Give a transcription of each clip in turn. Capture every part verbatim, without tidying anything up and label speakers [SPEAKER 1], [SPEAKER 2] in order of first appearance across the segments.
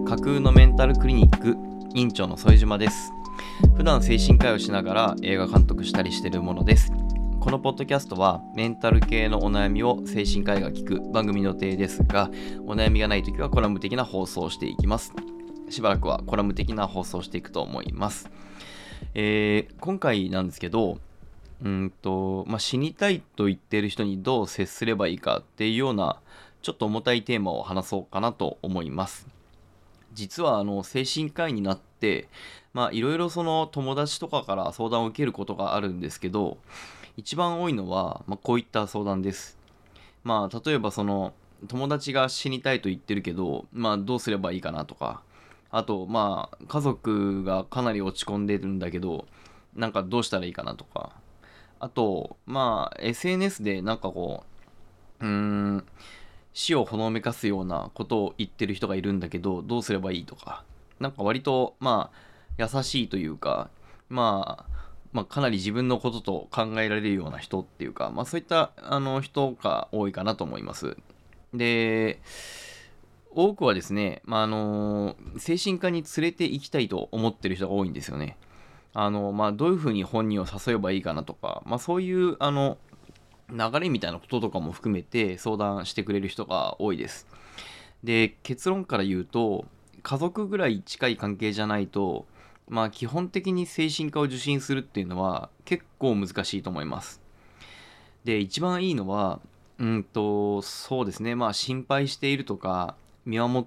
[SPEAKER 1] 架空のメンタルクリニック院長の副島です。普段精神科医をしながら映画監督したりしているものです。このポッドキャストはメンタル系のお悩みを精神科医が聞く番組の予定ですが、お悩みがないときはコラム的な放送をしていきます。しばらくはコラム的な放送をしていくと思います。えー、今回なんですけどうんと、まあ、死にたいと言っている人にどう接すればいいかっていうようなちょっと重たいテーマを話そうかなと思います。実はあの精神科医になってまあいろいろその友達とかから相談を受けることがあるんですけど、一番多いのは、まあ、こういった相談です。まあ例えばその友達が死にたいと言ってるけど、まあどうすればいいかなとか、あとまあ家族がかなり落ち込んでるんだけどなんかどうしたらいいかなとか、あとまあ エスエヌエス でなんかこううーん死をほのめかすようなことを言ってる人がいるんだけどどうすればいいとか、なんか割とまあ優しいというか、まあまあかなり自分のことと考えられるような人っていうか、まあそういったあの人が多いかなと思います。で、多くはですね、まあ、あの精神科に連れて行きたいと思ってる人が多いんですよね。あのまあどういうふうに本人を誘えばいいかなとか、まあそういうあの流れみたいなこととかも含めて相談してくれる人が多いです。で、結論から言うと、家族ぐらい近い関係じゃないと、まあ基本的に精神科を受診するっていうのは結構難しいと思います。で、一番いいのは、うんと、そうですね、まあ心配しているとか、見守って、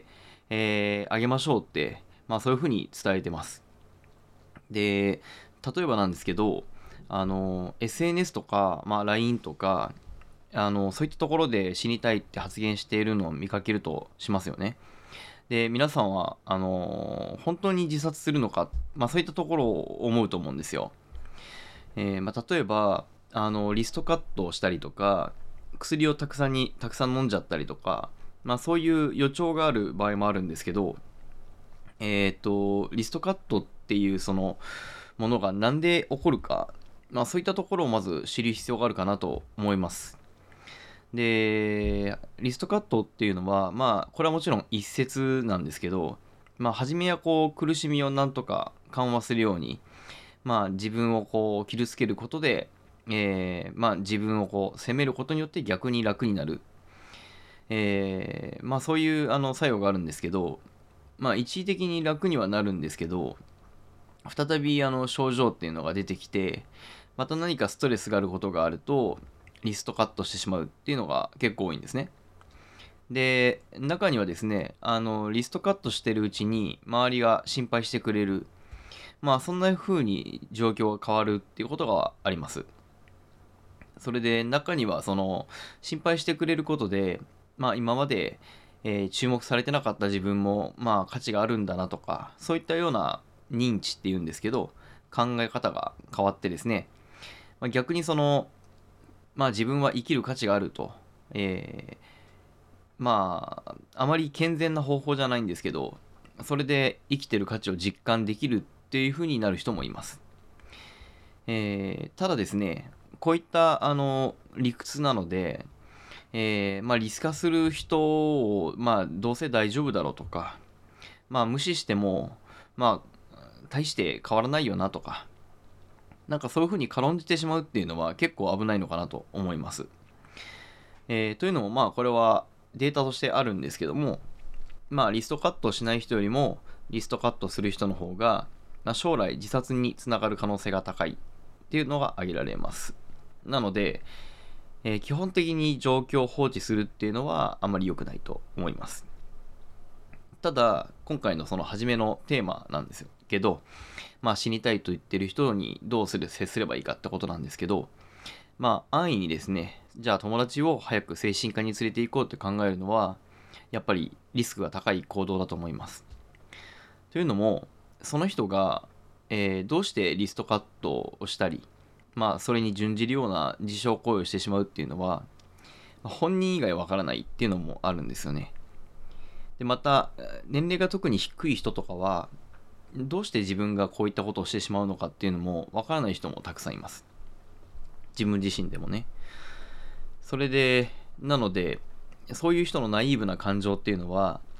[SPEAKER 1] えーあげましょうって、まあそういうふうに伝えてます。で、例えばなんですけど、あの エスエヌエス とか、まあ、ライン とかあのそういったところで死にたいって発言しているのを見かけるとしますよね。で、皆さんはあの本当に自殺するのか、まあ、そういったところを思うと思うんですよ。えーまあ、例えばあのリストカットをしたりとか、薬をたくさんにたくさん飲んじゃったりとか、まあ、そういう予兆がある場合もあるんですけど、えっとリストカットっていうそのものがなんで起こるか、まあ、そういったところをまず知る必要があるかなと思います。で、リストカットっていうのは、まあ、これはもちろん一説なんですけど、まあ、初めはこう苦しみをなんとか緩和するように、まあ、自分をこう傷つけることで、えーまあ、自分をこう責めることによって逆に楽になる、えーまあ、そういうあの作用があるんですけど、まあ、一時的に楽にはなるんですけど、再びあの症状っていうのが出てきて、また何かストレスがあることがあるとリストカットしてしまうっていうのが結構多いんですね。で、中にはですね、あのリストカットしてるうちに周りが心配してくれる、まあそんな風に状況が変わるっていうことがあります。それで中にはその心配してくれることで、まあ今まで、えー注目されてなかった自分もまあ価値があるんだなとか、そういったような認知っていうんですけど、考え方が変わってですね、まあ、逆にその、まあ自分は生きる価値があると、えーまあ、あまり健全な方法じゃないんですけど、それで生きてる価値を実感できるっていう風になる人もいます。えーただですね、こういったあの理屈なので、えーまあ、リス化する人を、まあ、どうせ大丈夫だろうとか、まあ、無視しても、まあ、大して変わらないよなとか、なんかそういうふうに軽んじてしまうっていうのは結構危ないのかなと思います。えーというのも、まあ、これはデータとしてあるんですけども、まあ、リストカットしない人よりも、リストカットする人の方が、まあ、将来自殺につながる可能性が高いっていうのが挙げられます。なので、えー基本的に状況を放置するっていうのはあまり良くないと思います。ただ、今回のその初めのテーマなんですけど、まあ死にたいと言ってる人にどうする、接すればいいかってことなんですけど、まあ安易にですね、じゃあ友達を早く精神科に連れて行こうって考えるのは、やっぱりリスクが高い行動だと思います。というのも、その人が、えーどうしてリストカットをしたり、まあそれに準じるような自傷行為をしてしまうっていうのは、本人以外わからないっていうのもあるんですよね。で、また、年齢が特に低い人とかは、どうして自分がこういったことをしてしまうのかっていうのもわからない人もたくさんいます。自分自身でもね。それで、なので、そういう人のナイーブな感情っていうのは、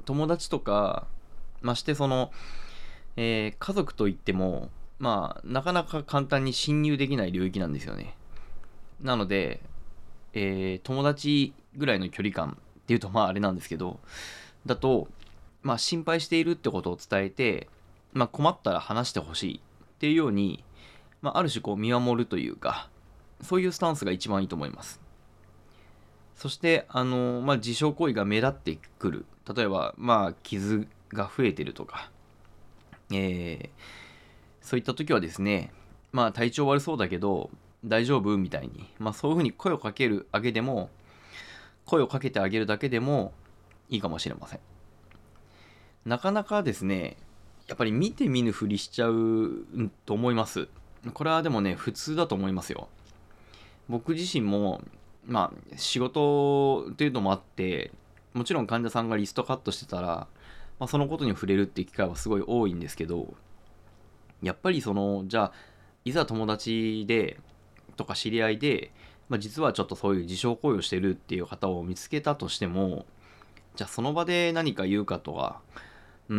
[SPEAKER 1] 友達とか、ましてその、えー家族といっても、まあ、なかなか簡単に侵入できない領域なんですよね。なので、えー友達ぐらいの距離感っていうとまああれなんですけど、だと、まあ心配しているってことを伝えて、まあ困ったら話してほしいっていうように、まあある種こう見守るというか、そういうスタンスが一番いいと思います。そして、あの、まあ自傷行為が目立ってくる。例えば、まあ傷が増えてるとか、えーそういった時はですね、まあ体調悪そうだけど大丈夫みたいに、まあそういうふうに声をかけるだけでも、声をかけてあげるだけでもいいかもしれません。なかなかですね、やっぱり見て見ぬふりしちゃうと思います。これはでもね、普通だと思いますよ。僕自身も、まあ仕事っていうのもあって、もちろん患者さんがリストカットしてたら、まあ、そのことに触れるっていう機会はすごい多いんですけど、やっぱりその、じゃあ、いざ友達で、とか知り合いで、まあ、実はちょっとそういう自傷行為をしてるっていう方を見つけたとしても、じゃあその場で何か言うかとは、うん、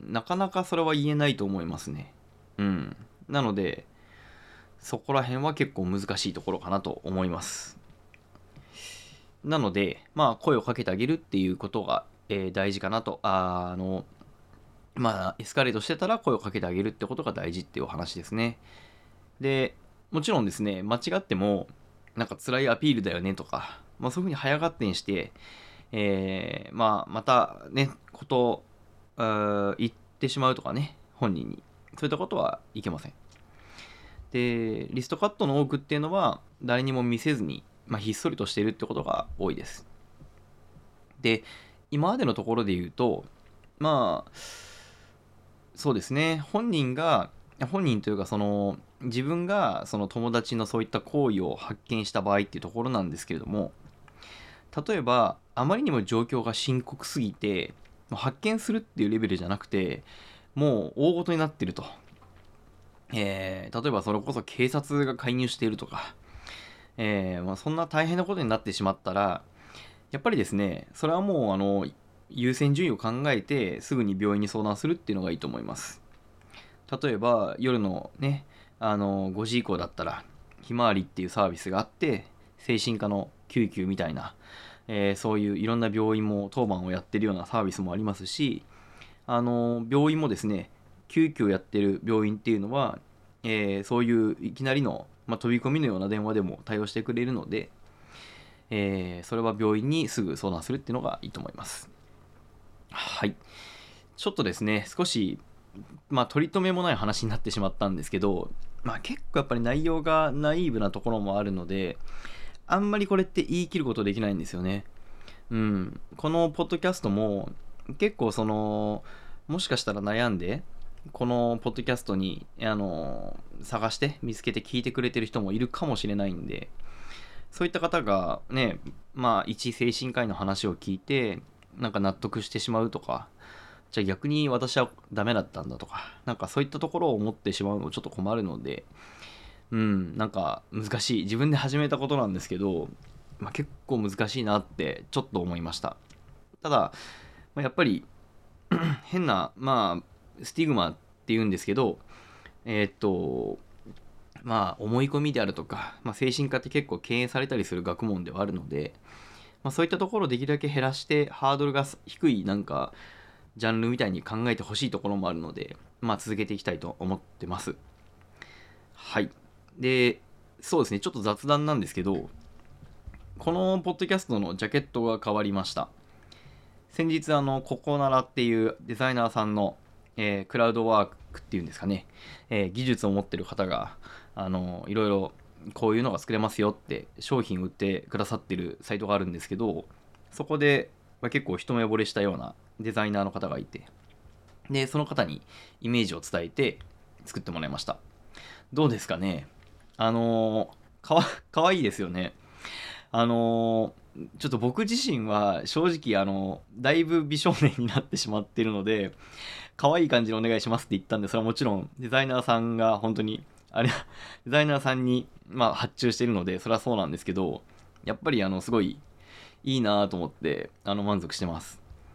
[SPEAKER 1] なかなかそれは言えないと思いますね。うん。なので、そこら辺は結構難しいところかなと思います。なので、まあ、声をかけてあげるっていうことが、えー大事かなと、あーあの、まあ、エスカレートしてたら声をかけてあげるってことが大事っていうお話ですね。で、もちろんですね、間違っても、なんか辛いアピールだよねとか、まあそういうふうに早合点して、えー、まあまたね、ことをあー言ってしまうとかね、本人に。そういったことはいけません。で、リストカットの多くっていうのは、誰にも見せずに、まあ、ひっそりとしているってことが多いです。で、今までのところで言うと、まあ、そうですね、本人が、本人というか、その、自分がその友達のそういった行為を発見した場合っていうところなんですけれども、例えば、あまりにも状況が深刻すぎて、発見するっていうレベルじゃなくて、もう大事になってると。えー、例えばそれこそ警察が介入しているとか、えーまあ、そんな大変なことになってしまったら、やっぱりですね、それはもうあの優先順位を考えてすぐに病院に相談するっていうのがいいと思います。例えば夜のね、あのごじ以降だったら、ひまわりっていうサービスがあって、精神科の救急みたいな、えーそういういろんな病院も当番をやってるようなサービスもありますし、あの病院もですね、救急やってる病院っていうのは、えーそういういきなりの、まあ、飛び込みのような電話でも対応してくれるので、えーそれは病院にすぐ相談するっていうのがいいと思います。はい。ちょっとですね、少し、まあ、取り留めもない話になってしまったんですけど、まあ、結構やっぱり内容がナイーブなところもあるので、あんまりこれって言い切ることできないんですよね。うん。このポッドキャストも、結構その、もしかしたら悩んで、このポッドキャストに、あの、探して見つけて聞いてくれてる人もいるかもしれないんで、そういった方がね、まあ、一精神科医の話を聞いて、なんか納得してしまうとか、じゃあ逆に私はダメだったんだとか、なんかそういったところを思ってしまうのちょっと困るので、うん、なんか難しい。自分で始めたことなんですけど、まあ、結構難しいなってちょっと思いました。ただ、まあやっぱり変な、まあ、スティグマっていうんですけど、えーっと、まあ、思い込みであるとか、まあ、精神科って結構敬遠されたりする学問ではあるので、まあ、そういったところをできるだけ減らして、ハードルが低い、なんか、ジャンルみたいに考えてほしいところもあるので、まあ、続けていきたいと思ってます。はい。で、そうですね、ちょっと雑談なんですけど、このポッドキャストのジャケットが変わりました。先日、あの、ココナラっていうデザイナーさんの、えークラウドワークっていうんですかね、えー技術を持ってる方が、あの、いろいろこういうのが作れますよって商品を売ってくださってるサイトがあるんですけど、そこで、まあ、結構一目惚れしたようなデザイナーの方がいて、で、その方にイメージを伝えて作ってもらいました。どうですかね。あのーかわ、かわいいですよね。あのーちょっと僕自身は正直あのだいぶ美少年になってしまっているので、可愛い感じでお願いしますって言ったんで、それはもちろんデザイナーさんが本当にあれデザイナーさんにまあ発注しているので、それはそうなんですけど、やっぱりあのすごいいいなと思って、あの満足してます。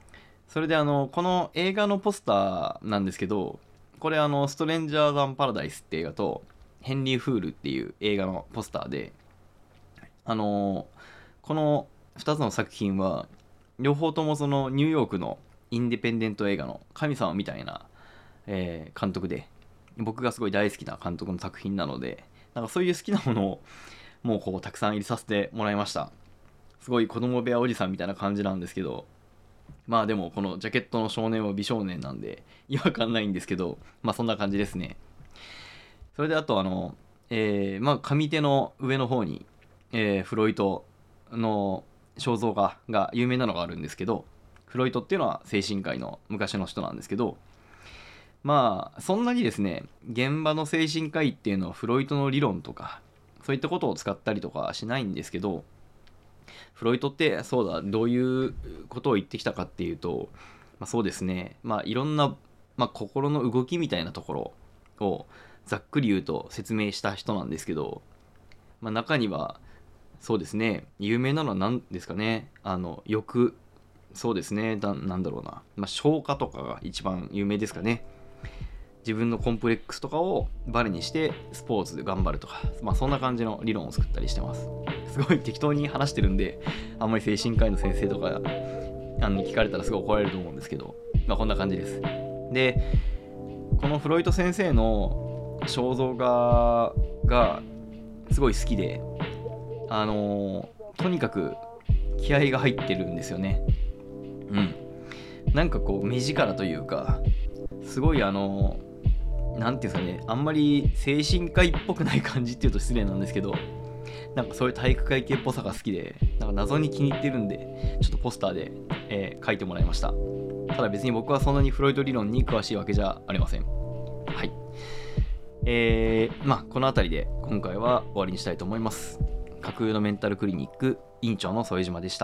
[SPEAKER 1] それであのこの映画のポスターなんですけど、これあのストレンジャーザンパラダイスって映画とヘンリー・フールっていう映画のポスターで、あのこのふたつの作品は両方ともそのニューヨークのインディペンデント映画の神様みたいな、えー監督で、僕がすごい大好きな監督の作品なので、なんかそういう好きなものをもうこうたくさん入れさせてもらいました。すごい子供部屋おじさんみたいな感じなんですけど、まあでもこのジャケットの少年は美少年なんで違和感ないんですけど、まあそんな感じですね。それであとあの、えーまあ上手の上の方に、えーフロイトの肖像画が有名なのがあるんですけど、フロイトっていうのは精神科医の昔の人なんですけど、まあそんなにですね、現場の精神科医っていうのはフロイトの理論とかそういったことを使ったりとかはしないんですけど、フロイトってそうだ、どういうことを言ってきたかっていうと、まあ、そうですね、まあいろんな、まあ、心の動きみたいなところをざっくり言うと説明した人なんですけど、まあ、中にはそうですね、有名なのは何ですかね、あの欲、そうですね、だなんだろうな、まあ、消化とかが一番有名ですかね。自分のコンプレックスとかをバネにしてスポーツで頑張るとか、まあそんな感じの理論を作ったりしてます。すごい適当に話してるんで、あんまり精神科医の先生とかあの聞かれたらすごい怒られると思うんですけど、まあこんな感じです。で、このフロイト先生の肖像画がすごい好きで、あのーとにかく気合が入ってるんですよね。うん。なんかこう目力というか、すごいあのなんていうんですかね、あんまり精神科医っぽくない感じっていうと失礼なんですけど、なんかそういう体育会系っぽさが好きで、なんか謎に気に入ってるんで、ちょっとポスターで、えー書いてもらいました。ただ別に僕はそんなにフロイト理論に詳しいわけじゃありません。はい。えー、まあこの辺りで今回は終わりにしたいと思います。架空のメンタルクリニック院長の副島でした。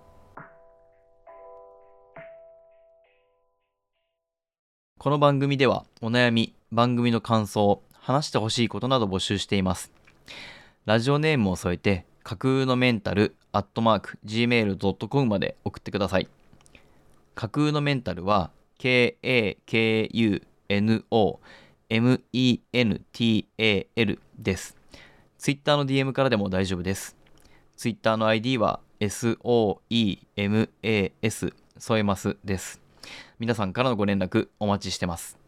[SPEAKER 1] この番組ではお悩み、番組の感想、話してほしいことなど募集しています。ラジオネームを添えて架空のメンタルアットマーク ジーメールドットコム まで送ってください。架空のメンタルは ケーエーケーユーエヌオーエムイーエヌティーエーエル です。ツイッターの ディーエム からでも大丈夫です。ツイッターの アイディー は エスオーイーエムエーエス 添えますです。皆さんからのご連絡お待ちしてます。